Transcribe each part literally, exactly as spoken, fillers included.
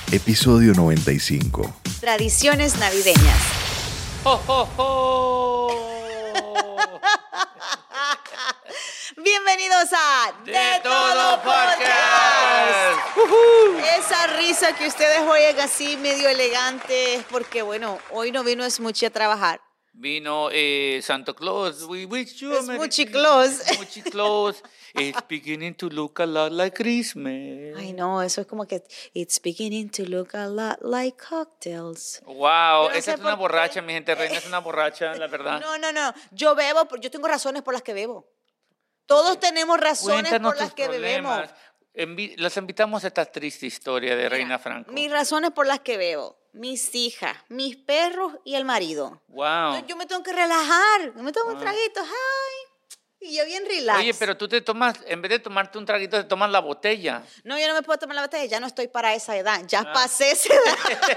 episodio noventa y cinco. Tradiciones navideñas. ¡Ho, ho, ho! Bienvenidos a De, de Todo Podcast. Uh-huh. Esa risa que ustedes oyen así medio elegante es porque, bueno, hoy no vino Smuchi a trabajar. Vino eh, Santa Claus. We wish you a Merry Smuchi Claus. Smuchi Claus. It's beginning to look a lot like Christmas. Ay, no, eso es como que it's beginning to look a lot like cocktails. Wow, no esa es una borracha, mi gente. Reina es una borracha, la verdad. No, no, no. Yo bebo, yo tengo razones por las que bebo. Todos tenemos razones Cuéntanos por las tus que problemas. bebemos. Envi- los invitamos a esta triste historia de Mira, Reina Franco. Mis razones por las que bebo. Mis hijas, mis perros y el marido. Wow. Entonces, yo me tengo que relajar. Yo me tomo Wow. un traguito. Ay. Y yo bien relax. Oye, pero tú te tomas, en vez de tomarte un traguito, te tomas la botella. No, yo no me puedo tomar la botella. Ya no estoy para esa edad. Ya Ah. pasé esa edad.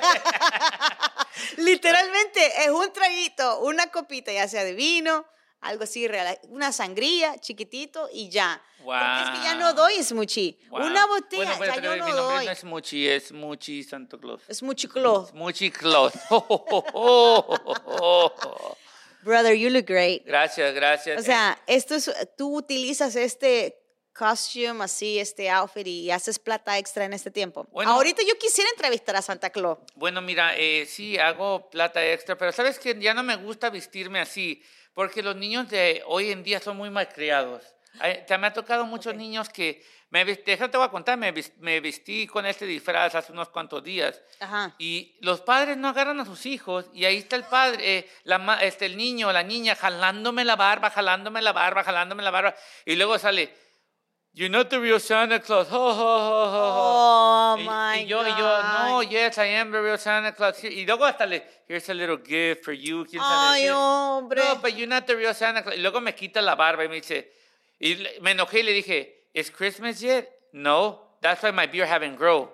Literalmente es un traguito, una copita, ya sea de vino, algo así, rela- una sangría, chiquitito y ya. Wow. Porque es que ya no doy smuchi. Wow. Una botella, Bueno, pero, ya pero yo mi no nombre doy. no es Muchi, es Muchi Santo Claus. Es mucho close. Muchi Claus. Oh, oh, oh, oh, oh. Brother, you look great. Gracias, gracias. O sea, esto es, tú utilizas este costume así, este outfit y haces plata extra en este tiempo. Bueno. Ahorita yo quisiera entrevistar a Santa Claus. Bueno, mira, eh, sí, hago plata extra, pero sabes que ya no me gusta vestirme así, porque los niños de hoy en día son muy malcriados. Ay, te- Me ha tocado muchos Ok. niños que, me, vest- déjame te voy a contar, me, ves- me vestí con este disfraz hace unos cuantos días. Ajá. Y los padres no agarran a sus hijos y ahí está el padre, eh, la, ma- este, el niño o la niña jalándome la barba, jalándome la barba, jalándome la barba. Y luego sale, you're not the real Santa Claus. Ho, ho, ho, ho, ho. Oh, y, my y yo, y yo, God. no, yes, I am the real Santa Claus. Y luego hasta le, here's a little gift for you. ¿Quién sabe Ay, qué? hombre. No, but you're not the real Santa Claus. Y luego me quita la barba y me dice, y le- me enojé y le dije, is Christmas yet? No, that's why my beard haven't grown.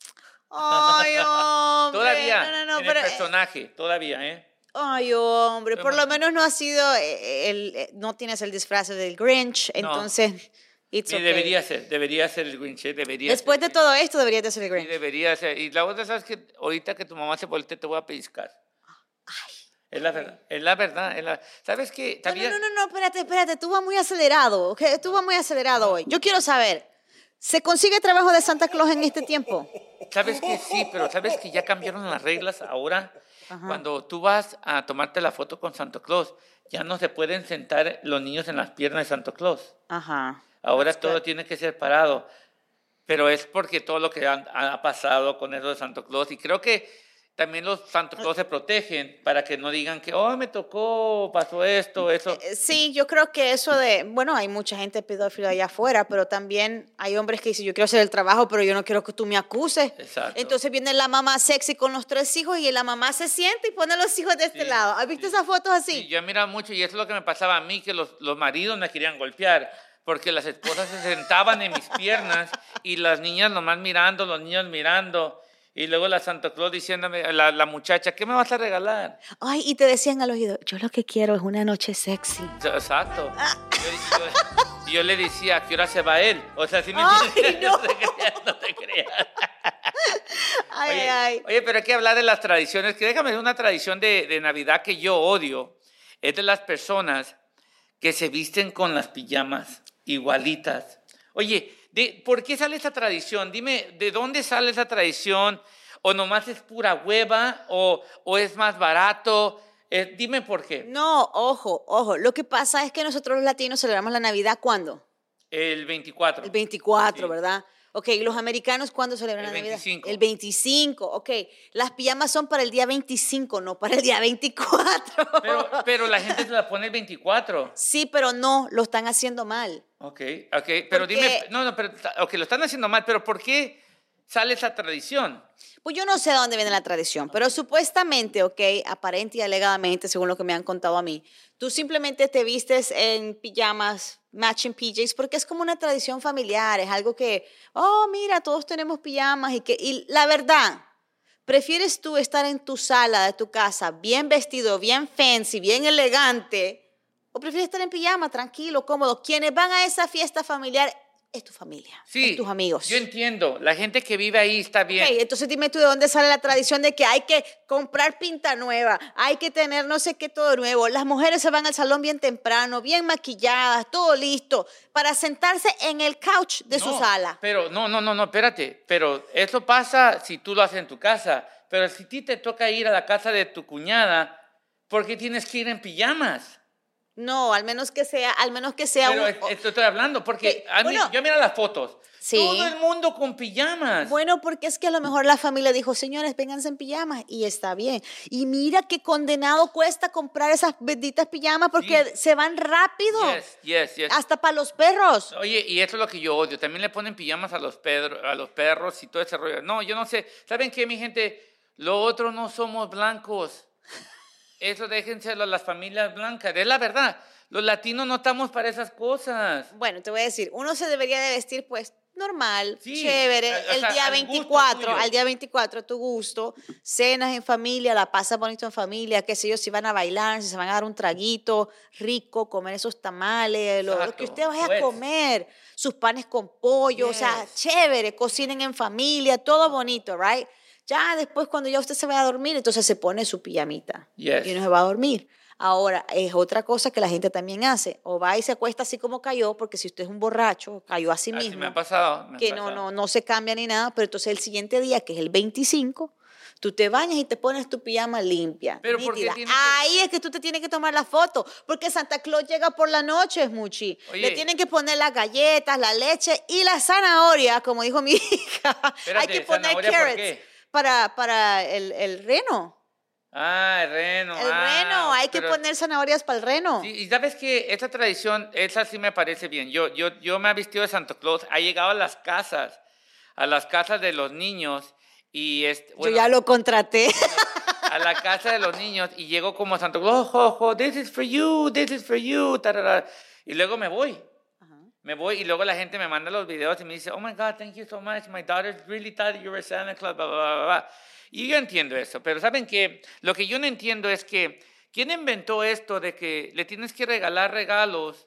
Ay, hombre. Todavía, No, no, no, en pero, el eh, personaje, todavía, ¿eh? Ay, hombre, por Pero lo bueno. menos no ha sido, eh, el, eh, no tienes el disfraz del Grinch, entonces, it's Sí, okay. debería ser, debería ser el Grinch, ¿eh? debería Después ser. de todo esto, deberías de ser el Sí, Grinch. debería ser. Y la otra, ¿sabes que ahorita que tu mamá se voltee te voy a pellizcar? Es la verdad, es la verdad. Es la... ¿Sabes qué? No, no, no, no, no, espérate, espérate, tú vas muy acelerado, ¿ok? Tú vas muy acelerado hoy. Yo quiero saber, ¿se consigue trabajo de Santa Claus en este tiempo? ¿Sabes que sí? Pero ¿sabes que ya cambiaron las reglas ahora? Ajá. Cuando tú vas a tomarte la foto con Santa Claus, ya no se pueden sentar los niños en las piernas de Santa Claus. Ajá. Ahora That's todo good. tiene que ser parado. Pero es porque todo lo que han- ha pasado con eso de Santa Claus. Y creo que también los Santa Claus se protegen para que no digan que, oh, me tocó, pasó esto, eso. Eh, Sí, yo creo que eso de, bueno, hay mucha gente pedófila allá afuera, pero también hay hombres que dicen, yo quiero hacer el trabajo, pero yo no quiero que tú me acuses. Exacto. Entonces viene la mamá sexy con los tres hijos y la mamá se siente y pone a los hijos de este Sí, lado. ¿Has visto sí. esas fotos así? Sí, yo he mirado mucho y eso es lo que me pasaba a mí, que los, los maridos me querían golpear. Porque las esposas se sentaban en mis piernas y las niñas nomás mirando, los niños mirando. Y luego la Santa Claus diciéndome, la, la muchacha, ¿qué me vas a regalar? Ay, y te decían al oído, yo lo que quiero es una noche sexy. Exacto. Ah. Yo, yo- yo le decía, ¿a qué hora se va él? O sea, si me Ay, entiendes? no. No te creas, no te creas. Ay, Oye, ay. oye, pero hay que hablar de las tradiciones. Que déjame decir una tradición de, de Navidad que yo odio. Es de las personas que se visten con las pijamas igualitas. Oye, de, ¿por qué sale esa tradición? Dime, ¿de dónde sale esa tradición? ¿O nomás es pura hueva? ¿O, o es más barato? Eh, dime por qué. No, ojo, ojo. Lo que pasa es que nosotros los latinos celebramos la Navidad, ¿cuándo? El veinticuatro. El veinticuatro, Sí. ¿verdad? Ok, ¿y los americanos cuándo celebran El la Navidad? veinticinco. El veinticinco, ok. Las pijamas son para el día veinticinco, no para el día veinticuatro. Pero, pero la gente se la pone el veinticuatro. Sí, pero no, lo están haciendo mal. Ok, ok. Pero Porque- dime, no, no, pero, ok, lo están haciendo mal, pero ¿por qué sale esa tradición? Pues yo no sé de dónde viene la tradición, pero supuestamente, ok, aparente y alegadamente, según lo que me han contado a mí, tú simplemente te vistes en pijamas, matching P Js, porque es como una tradición familiar, es algo que, oh, mira, todos tenemos pijamas y que, y la verdad, ¿prefieres tú estar en tu sala de tu casa bien vestido, bien fancy, bien elegante, o prefieres estar en pijama, tranquilo, cómodo? Quienes van a esa fiesta familiar es tu familia, Sí, es tus amigos. Yo entiendo. La gente que vive ahí está bien. Okay, entonces dime tú de dónde sale la tradición de que hay que comprar pinta nueva, hay que tener no sé qué todo nuevo. Las mujeres se van al salón bien temprano, bien maquilladas, todo listo, para sentarse en el couch de no, su sala. Pero no, no, no, no, espérate. Pero eso pasa si tú lo haces en tu casa. Pero si a ti te toca ir a la casa de tu cuñada, ¿por qué tienes que ir en pijamas? No, al menos que sea, al menos que sea Pero un... es- esto estoy hablando porque Ok, a mí- bueno. yo miro las fotos. Sí. Todo el mundo con pijamas. Bueno, porque es que a lo mejor la familia dijo, señores, vénganse en pijamas, y está bien. Y mira qué condenado cuesta comprar esas benditas pijamas porque Sí. se van rápido. Yes, yes, yes. Hasta para los perros. Oye, y eso es lo que yo odio. También le ponen pijamas a los, pedro- a los perros y todo ese rollo. No, yo no sé. ¿Saben qué, mi gente? Lo otro no somos blancos. Eso déjenselo a las familias blancas. Es la verdad. Los latinos no estamos para esas cosas. Bueno, te voy a decir, uno se debería de vestir pues normal, Sí, chévere, o el sea, día al gusto veinticuatro, tuyo. al día veinticuatro a tu gusto, cenas en familia, la pasas bonito en familia, qué sé yo, si van a bailar, si se van a dar un traguito rico, comer esos tamales, lo, lo Exacto, que usted vaya pues. a comer, sus panes con pollo, o sea, Yes. chévere, cocinen en familia, todo bonito, right? Ya después cuando ya usted se vaya a dormir, entonces se pone su pijamita Yes. y uno se va a dormir. Ahora, es otra cosa que la gente también hace. O va y se acuesta así como cayó, porque si usted es un borracho, cayó a sí Así mismo. me ha pasado. me ha que no, pasado. no, no se cambia ni nada, pero entonces el siguiente día, que es el veinticinco, tú te bañas y te pones tu pijama limpia. Pero ¿por qué nítida. tiene que- Ahí es que tú te tienes que tomar la foto, porque Santa Claus llega por la noche, Muchi. Oye. Le tienen que poner las galletas, la leche y la zanahoria, como dijo mi hija. Hay Espérate, que poner ¿zanahoria por carrots qué? para, para el, el reno. Ah, el reno. El ah, reno, hay que pero- poner zanahorias para el reno. Sí, y sabes que esta tradición, esa sí me parece bien. Yo, yo, yo me he vestido de Santa Claus, ha llegado a las casas, a las casas de los niños y este, bueno, Yo ya lo contraté. a la casa de los niños y llego como Santa Claus, oh, oh, this is for you, this is for you, tarara. Y luego me voy. Me voy y luego la gente me manda los videos y me dice, oh my God, thank you so much. My daughter really thought you were Santa Claus, blah, blah, blah, blah. Y yo entiendo eso, pero ¿saben qué? Lo que yo no entiendo es que, ¿quién inventó esto de que le tienes que regalar regalos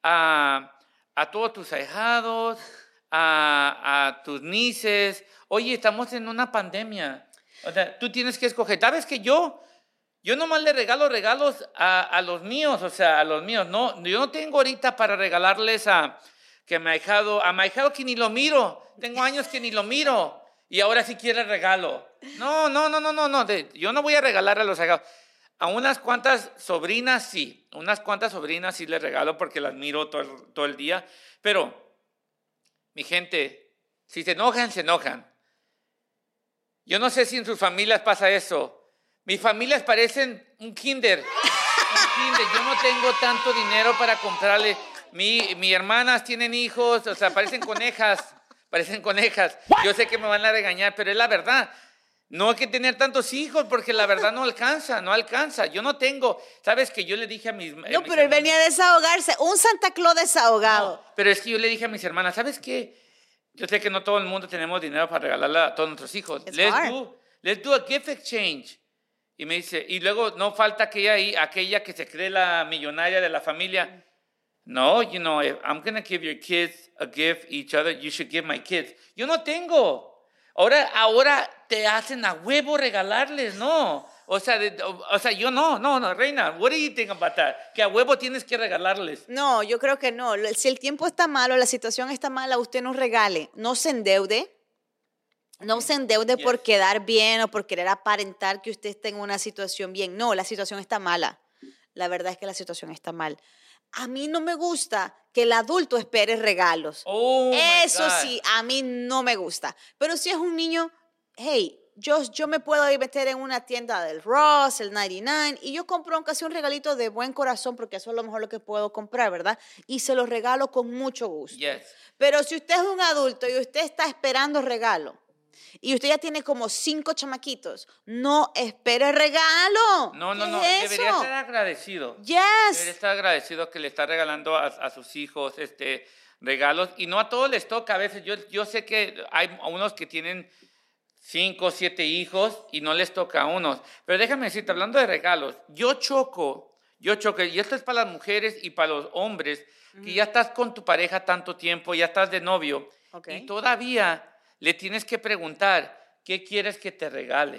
a, a todos tus ahijados, a, a tus nieces? Oye, estamos en una pandemia. O sea, tú tienes que escoger. ¿Sabes que yo? Yo nomás le regalo regalos a, a los míos, o sea, a los míos. No, yo no tengo ahorita para regalarles a, que a mi ahijado, a mi ahijado que ni lo miro. Tengo años que ni lo miro. Y ahora sí quiere regalo. No, no, no, no, no, no. de- yo no voy a regalar a los ahijados. A unas cuantas sobrinas sí. Unas cuantas sobrinas sí les regalo porque las miro todo el, todo el día. Pero, mi gente, si se enojan, se enojan. Yo no sé si en sus familias pasa eso. Mis familias parecen un kinder. Un kinder. Yo no tengo tanto dinero para comprarle. Mi, mis hermanas tienen hijos, o sea, parecen conejas. Parecen conejas. Yo sé que me van a regañar, pero es la verdad. No hay que tener tantos hijos porque la verdad no alcanza, no alcanza. Yo no tengo. ¿Sabes que yo le dije a mis... a No, mis pero él hermanas- venía a desahogarse. Un Santa Claus desahogado. No, pero es que yo le dije a mis hermanas, ¿sabes qué? Yo sé que no todo el mundo tenemos dinero para regalarle a todos nuestros hijos. It's Let's hard. do, let's do a gift exchange. Y me dice, y luego no falta aquella ahí, aquella que se cree la millonaria de la familia. No, you know, if I'm going to give your kids a gift each other, you should give my kids. Yo no tengo. Ahora, ahora te hacen a huevo regalarles, no. O sea, de- o, o sea, yo no, no, no, Reina, what do you think about that? Que a huevo tienes que regalarles. No, yo creo que no. Si el tiempo está malo, la situación está mala, usted no regale. No se endeude. No se endeude Yes. por quedar bien o por querer aparentar que usted está en una situación bien. No, la situación está mala. La verdad es que la situación está mal. A mí no me gusta que el adulto espere regalos. Oh, my Eso God. sí, a mí no me gusta. Pero si es un niño, hey, yo, yo me puedo ir meter en una tienda del Ross, el noventa y nueve, y yo compro aunque sea un regalito de buen corazón, porque eso es lo mejor lo que puedo comprar, ¿verdad? Y se los regalo con mucho gusto. Yes. Pero si usted es un adulto y usted está esperando regalo, y usted ya tiene como cinco chamaquitos, no espere regalo. No, no, ¿Qué no, es debería eso? estar agradecido. Yes. Debería estar agradecido que le está regalando a, a sus hijos este, regalos. Y no a todos les toca. A veces yo, yo sé que hay unos que tienen cinco, siete hijos y no les toca a unos. Pero déjame decirte, hablando de regalos, yo choco, yo choco, y esto es para las mujeres y para los hombres, que ya estás con tu pareja tanto tiempo, ya estás de novio, Ok. y todavía le tienes que preguntar, ¿qué quieres que te regale?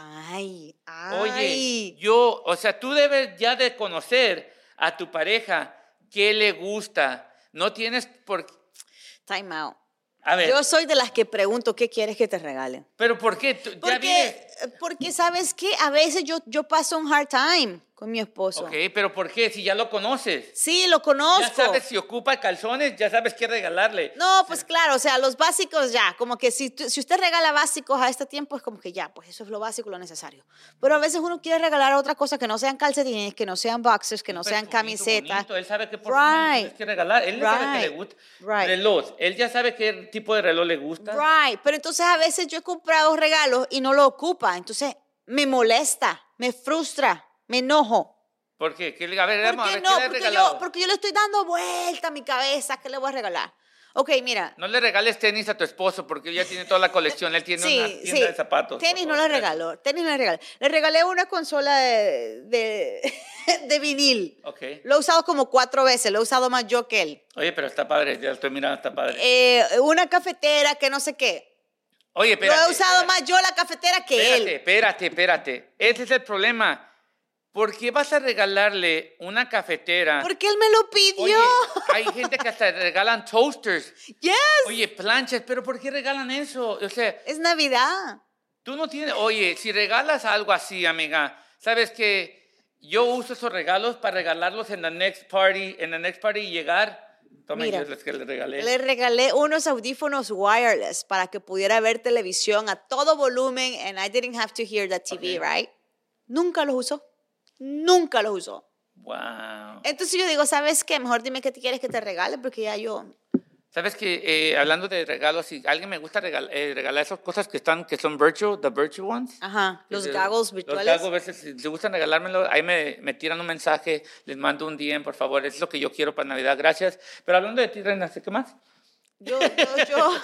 Ay, ay. Oye, yo, o sea, tú debes ya de conocer a tu pareja qué le gusta. No tienes por... Time out. A ver, Yo soy de las que pregunto qué quieres que te regalen. ¿pero por qué? Tú- ya vives... Porque, porque ¿sabes qué? A veces yo, yo paso un hard time con mi esposo. Ok, pero ¿por qué? Si ya lo conoces. Sí, lo conozco. Ya sabes si ocupa calzones, ya sabes qué regalarle. No, pues claro, o sea, los básicos ya, como que si, tú- si usted regala básicos a este tiempo, es como que ya, pues eso es lo básico, lo necesario. Pero a veces uno quiere regalar otra cosa que no sean calcetines, que no sean boxers, que no Un sean perfumito camisetas. bonito, él sabe qué perfume le Right. tienes que regalar. Él sabe que le Right. gusta. Right. Reloj. Él ya sabe qué tipo de reloj le gusta. Right, pero entonces a veces yo he comprado regalos y no lo ocupa, entonces me molesta, me frustra, me enojo. ¿Por qué? ¿Qué le- a ver, ¿Por vamos a qué ver, no? ¿qué le has Porque regalado? yo, porque yo le estoy dando vuelta a mi cabeza, ¿qué le voy a regalar? Ok, mira. No le regales tenis a tu esposo porque ya tiene toda la colección. Él tiene una tienda de zapatos. Tenis por no favor. le regaló, tenis no le regaló. Le regalé una consola de, de, de vinil. Ok. Lo he usado como cuatro veces, lo he usado más yo que él. Oye, pero está padre, ya lo estoy mirando, está padre. Eh, una cafetera que no sé qué. Oye, Lo espérate. he usado espérate, más yo la cafetera que espérate, él. espérate, espérate. Ese es el problema. ¿Por qué vas a regalarle una cafetera? Porque él me lo pidió. Oye, hay gente que hasta regalan toasters. Yes. Oye, planchas, pero ¿por qué regalan eso? O sea, Es Navidad. tú no tienes... Oye, si regalas algo así, amiga, sabes que yo uso esos regalos para regalarlos en la next party, en la next party y llegar... Toma, Mira, yo los que le regalé. Le regalé unos audífonos wireless para que pudiera ver televisión a todo volumen and I didn't have to hear the T V, Ok. right? Nunca los usó. Nunca los usó. Wow. Entonces yo digo, ¿sabes qué? Mejor dime qué te quieres que te regale porque ya yo... Sabes que eh, hablando de regalos, si alguien me gusta regal- eh, regalar esas cosas que están, que son virtual, the virtual ones. Ajá, los Eh, goggles virtuales. Los goggles, a veces, si les gustan regalármelo, ahí me, me tiran un mensaje, les mando un D M, por favor, es lo que yo quiero para Navidad, gracias. Pero hablando de ti, Reina, ¿qué más? Yo, yo, yo,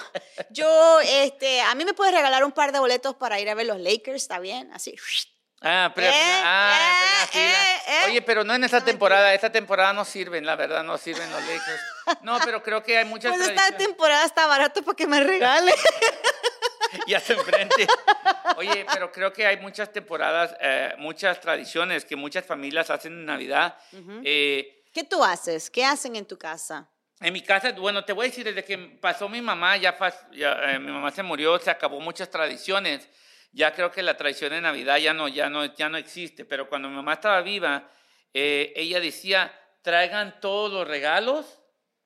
yo, este, a mí me puedes regalar un par de boletos para ir a ver los Lakers, ¿está bien? Así. Ah, pero, Eh, ah, eh, primera fila. eh, eh. Oye, pero no en esta No, temporada, esta temporada no sirven, la verdad, no sirven los Lakers. No, pero creo que hay muchas Pues esta tradiciones. temporada está barato para que me regale. Ya se enfrente. Oye, pero creo que hay muchas temporadas, eh, muchas tradiciones que muchas familias hacen en Navidad. Eh, ¿Qué tú haces? ¿Qué hacen en tu casa? en mi casa, bueno, te voy a decir, desde que pasó mi mamá, ya, pas- ya, eh, mi mamá se murió, se acabó muchas tradiciones. Ya creo que la tradición de Navidad ya no, ya no, ya no existe. Pero cuando mi mamá estaba viva, eh, ella decía, traigan todos los regalos,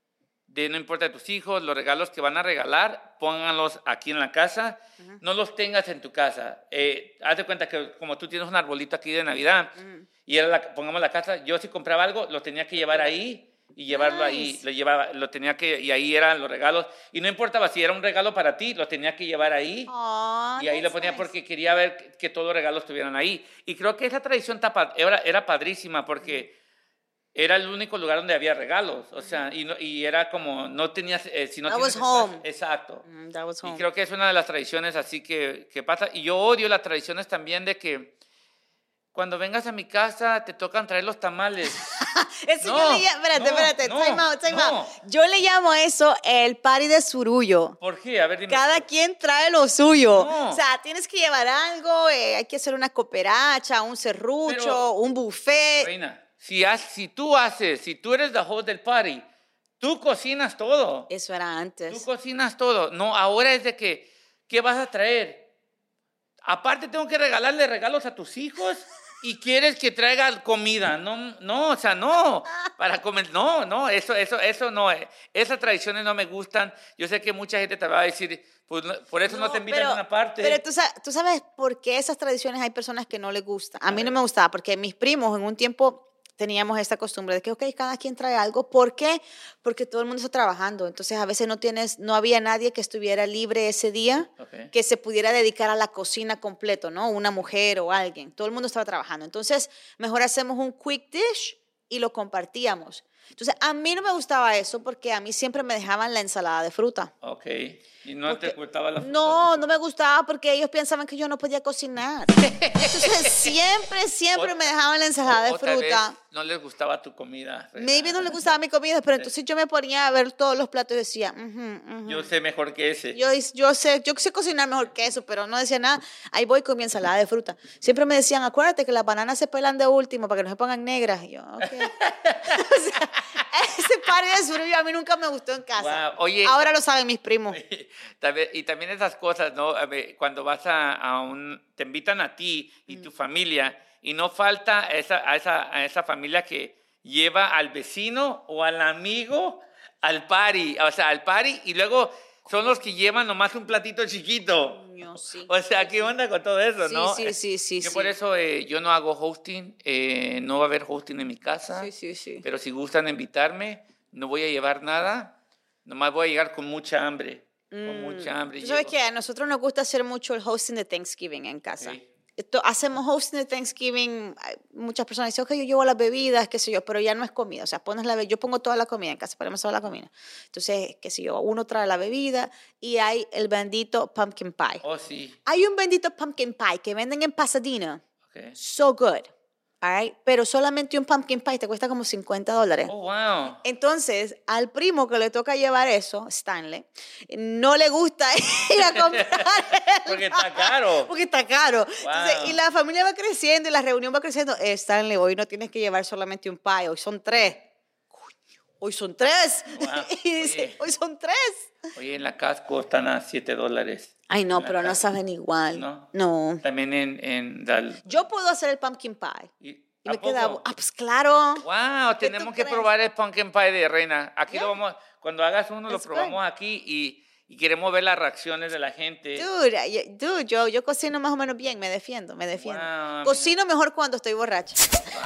de no importa de tus hijos, los regalos que van a regalar, pónganlos aquí en la casa, no los tengas en tu casa. Eh, haz de cuenta que como tú tienes un arbolito aquí de Navidad, y era la, pongamos la casa, yo si compraba algo, lo tenía que llevar ahí y llevarlo ahí, Nice. lo llevaba, lo tenía que, y ahí eran los regalos, y no importaba si era un regalo para ti, lo tenía que llevar ahí. Oh, Y ahí lo that's ponía nice. porque quería ver que, que todos los regalos estuvieran ahí. Y creo que esa tradición tapa- era, era padrísima porque era el único lugar donde había regalos. O sea, y, no- y era como, no tenías, eh, si no That tienes was home. espacio- Exacto. Mm, that was Y home. creo que es una de las tradiciones así que, que pasa. Y yo odio las tradiciones también de que cuando vengas a mi casa te tocan traer los tamales. Eso No, yo le llamo, espérate, no, espérate, no, time out, time no. out. Yo le llamo a eso el party de surullo. ¿Por qué? A ver, dime. Cada quien trae lo suyo. No. O sea, tienes que llevar algo, eh, hay que hacer una cooperacha, un serrucho, Pero- un buffet. Reina, si, has- si tú haces, si tú eres the host del party, tú cocinas todo. Eso era Tú antes. cocinas todo. No, ahora es de que, ¿qué vas a traer? Aparte tengo que regalarle regalos a tus hijos y quieres que traiga comida. No, no, o sea, no. Para comer, no, no, eso, eso, eso no. eh, Esas tradiciones no me gustan. Yo sé que mucha gente te va a decir, pues, no- por eso no, te invitan pero, a una parte. Pero tú, sa- tú sabes por qué esas tradiciones hay personas que no les gustan. A mí no me gustaba porque mis primos en un tiempo teníamos esta costumbre de que, ok, cada quien trae algo. ¿Por qué? Porque todo el mundo está trabajando. Entonces, a veces no tienes, no había nadie que estuviera libre ese día Ok. que se pudiera dedicar a la cocina completo, ¿no? Una mujer o alguien. Todo el mundo estaba trabajando. Entonces, mejor hacemos un quick dish y lo compartíamos. Entonces, a mí no me gustaba eso porque a mí siempre me dejaban la ensalada de fruta. Ok. ¿Y no Porque- te gustaba la fruta? No, no me gustaba porque ellos pensaban que yo no podía cocinar. Entonces siempre, siempre O- me dejaban la ensalada de O tal vez fruta. no les gustaba tu comida. Reina. Maybe no les gustaba mi comida, pero entonces yo me ponía a ver todos los platos y decía, "Ujú, ujú". Yo sé mejor que ese. Yo, yo sé, yo sé cocinar mejor que eso, pero no decía nada. Ahí voy con mi ensalada de fruta. Siempre me decían, acuérdate que las bananas se pelan de último para que no se pongan negras. Y yo, ok. O sea, ese par de surubio a mí nunca me gustó en casa. Wow. Oye, Ahora lo saben mis primos. También- y también esas cosas, ¿no? A ver, cuando vas a, a un, te invitan a ti y tu familia y no falta esa, a, esa, a esa familia que lleva al vecino o al amigo al party, o sea, al party y luego son los que llevan nomás un platito chiquito. Yo sí. O sea, ¿qué onda con todo eso, Sí, no? sí, sí, sí, Yo sí. por eso eh, yo no hago hosting, eh, no va a haber hosting en mi casa. Sí, sí, sí. Pero si gustan invitarme, no voy a llevar nada, nomás voy a llegar con mucha hambre, con mucha hambre. Tú sabes llego. que a nosotros nos gusta hacer mucho el hosting de Thanksgiving en casa. Sí. Esto, hacemos hosting de Thanksgiving, hay muchas personas dicen, ok, yo llevo las bebidas, qué sé yo, pero ya no es comida, o sea, pones la be- yo pongo toda la comida en casa, ponemos toda la comida. Entonces, qué sé yo, uno trae la bebida y hay el bendito pumpkin pie. Oh, sí. Hay un bendito pumpkin pie que venden en Pasadena, Okay. so good, all right? Pero solamente un pumpkin pie te cuesta como cincuenta dólares. Oh, wow. Entonces, al primo que le toca llevar eso, Stanley, no le gusta ir a comprar. el Porque está pie, caro. Porque está caro. Entonces, Wow. y la familia va creciendo y la reunión va creciendo. Eh, Stanley, hoy no tienes que llevar solamente un pie, hoy son tres. Coño, hoy son tres. Wow. Y dice, Oye. hoy son tres. Oye, en la Casco están a siete dólares. Ay, no, En la pero no Casco. saben igual. No. No. También en, en Dal. Yo puedo hacer el pumpkin pie. ¿Y, Y ¿a me queda, poco? ah, pues claro. Wow, ¿Qué tenemos tú que crees? probar el pumpkin pie de Reina. Aquí Yeah. lo vamos, cuando hagas uno lo It's probamos good. aquí y, y queremos ver las reacciones de la gente. Dude, yo- dude, yo, yo cocino más o menos bien, me defiendo, me defiendo. Wow, Cocino mejor cuando estoy borracha.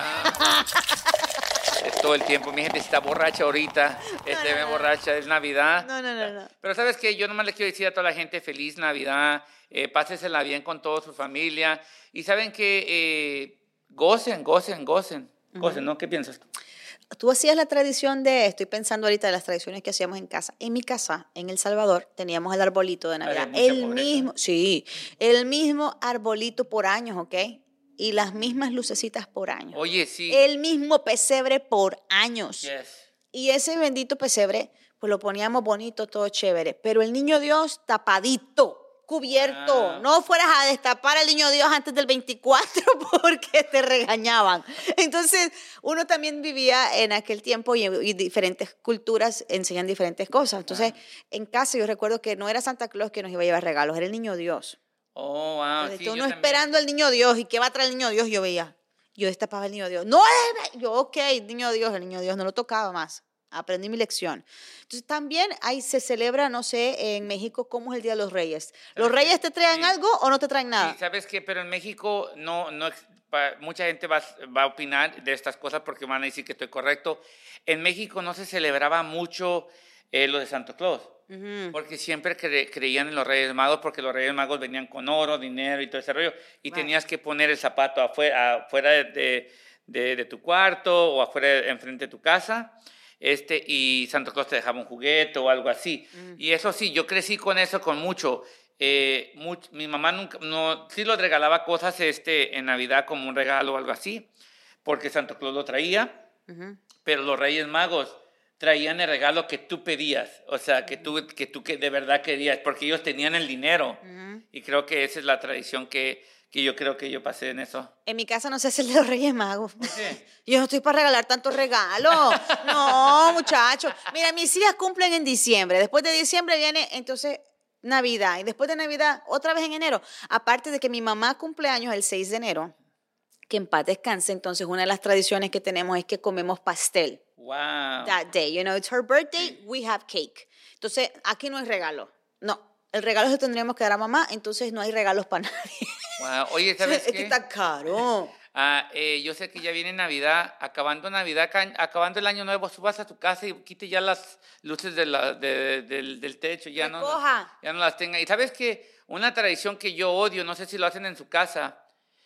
Es todo el tiempo, mi gente está borracha ahorita, este, no, no. borracha, es Navidad. No, no, no, no. Pero ¿sabes qué? Yo nomás le quiero decir a toda la gente feliz Navidad, eh, pásesela bien con toda su familia y saben que eh, gocen, gocen, gocen, gocen, ¿no? ¿Qué piensas tú? Tú hacías la tradición de, estoy pensando ahorita de las tradiciones que hacíamos en casa. En mi casa, en El Salvador, teníamos el arbolito de Navidad. mucha El pobreza. mismo, sí, el mismo arbolito por años, ¿ok? Y las mismas lucecitas por años. Oye, sí. El mismo pesebre por años. Yes. Y ese bendito pesebre, pues lo poníamos bonito, todo chévere. Pero el niño Dios tapadito, cubierto. Wow. No fueras a destapar al niño Dios antes del veinticuatro porque te regañaban. Entonces, uno también vivía en aquel tiempo y, y diferentes culturas enseñan diferentes cosas. Entonces, en casa yo recuerdo que no era Santa Claus que nos iba a llevar regalos, era el niño Dios. Oh, wow. Entonces, Sí, tú yo no también. esperando al niño Dios y qué va a traer el niño Dios, yo veía. Yo destapaba el niño Dios. No, era- yo, ok, niño Dios, el niño Dios no lo tocaba más. Aprendí mi lección. Entonces, también ahí se celebra, no sé, en México, ¿cómo es el Día de los Reyes? ¿Los ¿Sabes qué? Reyes te traen Sí. algo o no te traen nada? Sí, ¿sabes qué? Pero en México no, no, ex- pa- mucha gente va, va a opinar de estas cosas porque van a decir que estoy correcto. En México no se celebraba mucho eh, lo de Santa Claus. Ujú. Porque siempre cre- creían en los Reyes Magos, porque los Reyes Magos venían con oro, dinero y todo ese rollo, y Right. tenías que poner el zapato afuera, afuera de, de, de- de tu cuarto o afuera, enfrente de tu casa, este, y Santa Claus te dejaba un juguete o algo así. Y eso sí, yo crecí con eso, con mucho. Eh, much- mi mamá nunca, no, sí los regalaba cosas este, en Navidad como un regalo o algo así, porque Santa Claus lo traía, Ujú. pero los Reyes Magos traían el regalo que tú pedías, o sea, que tú, que tú que de verdad querías, porque ellos tenían el dinero. Ujú. Y creo que esa es la tradición que, que yo creo que yo pasé en eso. En mi casa no se hace el de los Reyes Magos. qué? Yo no estoy para regalar tantos regalos. No, muchachos. Mira, mis hijas cumplen en diciembre. Después de diciembre viene entonces Navidad. Y después de Navidad, otra vez en enero. Aparte de que mi mamá cumple años el seis de enero, que en paz descanse. Entonces, una de las tradiciones que tenemos es que comemos pastel Wow. that day. You know, it's her birthday, we have cake. Entonces, aquí no hay regalo. No. El regalo se tendríamos que dar a mamá, entonces no hay regalos para nadie. Wow. Oye, ¿sabes Es qué? que está caro. Ah, eh, yo sé que ya viene Navidad, acabando Navidad, ca- acabando el año nuevo, tú vas a tu casa y quite ya las luces de la- de- del, del techo, ya no, Recoja. ya no las tenga. Y sabes que una tradición que yo odio, no sé si lo hacen en su casa,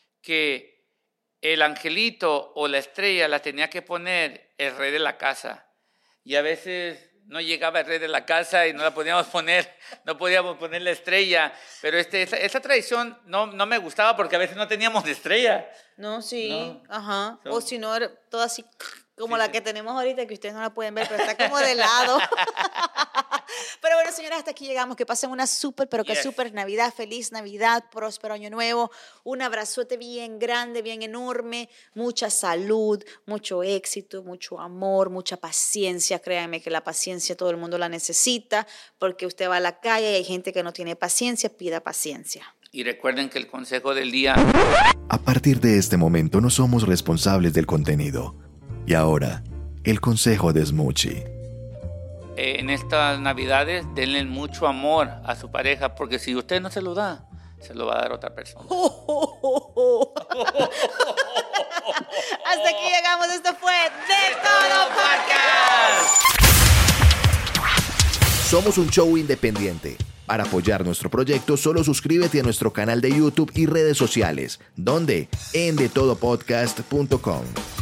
que el angelito o la estrella la tenía que poner el rey de la casa. Y a veces no llegaba el rey de la casa y no la podíamos poner, no podíamos poner la estrella. Pero este, esa, esa tradición no, no me gustaba porque a veces no teníamos estrella. No, sí, No. ajá. So- O si no, era todo así como Sí, la sí. que tenemos ahorita, que ustedes no la pueden ver, pero está como de lado. Pero bueno, señoras, hasta aquí llegamos. Que pasen una súper, pero que Yes. súper Navidad. Feliz Navidad, próspero año nuevo. Un abrazote bien grande, bien enorme. Mucha salud, mucho éxito, mucho amor, mucha paciencia. Créanme que la paciencia todo el mundo la necesita, porque usted va a la calle y hay gente que no tiene paciencia. Pida paciencia. Y recuerden que el consejo del día... A partir de este momento no somos responsables del contenido. Y ahora, el consejo de Smoochie. Eh, en estas navidades denle mucho amor a su pareja, porque si usted no se lo da, se lo va a dar otra persona. Hasta aquí llegamos. Esto fue De Todo Podcast. Somos un show independiente. Para apoyar nuestro proyecto, solo suscríbete a nuestro canal de YouTube y redes sociales, donde en de todo podcast punto com.